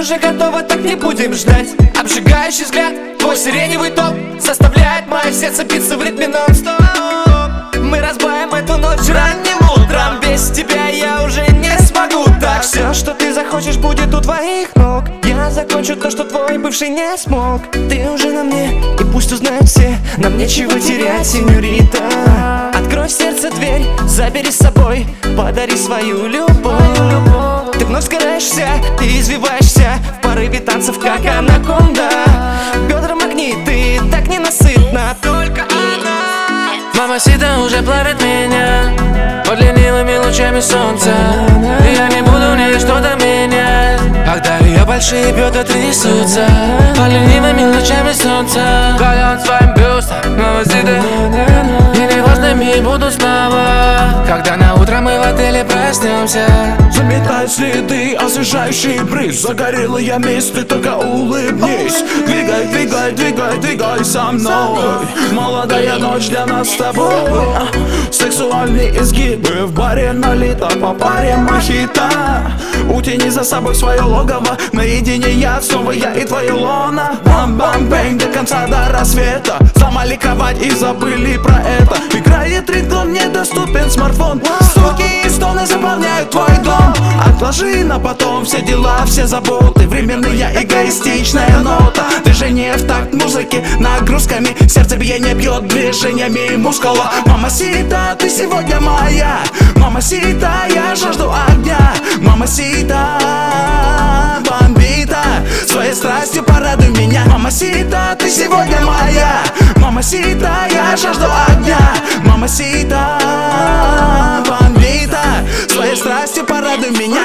уже готова, так не будем ждать. Обжигающий взгляд, твой сиреневый топ заставляет мое сердце биться в ритме нон-стоп. Мы разбавим эту ночь ранним утром. Без тебя я уже не смогу так. Все, что ты захочешь, будет у твоих ног. Я закончу то, что твой бывший не смог. Ты уже на мне, и пусть узнают все. Нам нечего терять, сеньорита. Открой сердце дверь, забери с собой, подари свою любовь. Ты вновь сгораешься, ты извиваешься в порыве танцев, как анаконда. Бедра магниты, так ненасытна, только она. Мамасита уже плавит меня под ленивыми лучами солнца. И я не буду в ней что-то менять, когда ее большие бедра трясутся под ленивыми лучами солнца. Когда он своим бюстом, мамасита, и неважными будут снова, когда на утро мы в отеле проснемся. Заметай следы, освежающий бриз. Загорелая месть, ты только улыбнись. Двигай, двигай, двигай, двигай со мной. Молодая ночь для нас с тобой. Сексуальные изгибы в баре налито по паре мохито. Утяни за собой свое логово. Наедине я, снова я и твое лоно. Бам-бам-бэнг до конца, до рассвета. Сломали кровать и забыли про это. Играет рингтон, недоступен смартфон. Стуки и стоны заполняют твой дом. Отложи на потом все дела, все заботы. Временная эгоистичная нота. Движение в такт музыки нагрузками. Сердце биение бьет движениями мускула. Мамасита, ты сегодня моя. Мамасита, я жажду огня. Мамасита, бомбита, своей страстью порадуй меня. Мамасита, ты сегодня моя. Мамасита, я жажду огня. Мамасита, бомбита, своей страстью порадуй меня.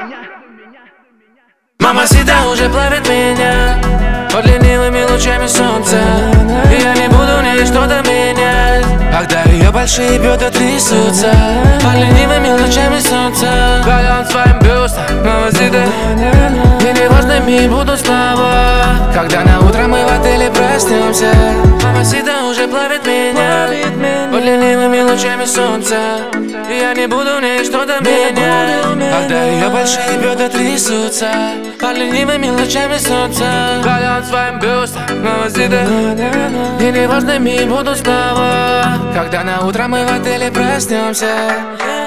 Мамасита уже плавит меня под ленивыми лучами солнца. И я не буду в ней что-то менять, когда ее большие бедра трясутся под ленивыми лучами солнца. Когда он своим бюстом, мамасита, и неважными будут слова, когда на утро мы в отеле проснемся. Мамасита уже плавит меня под ленивыми лучами солнца. И я не буду в ней что-то менять, когда ее большие бедра трясутся под ленивыми лучами солнца. Когда он своим бюстом, мамасита, и неважными будут слова, когда на утро мы в отеле проснемся.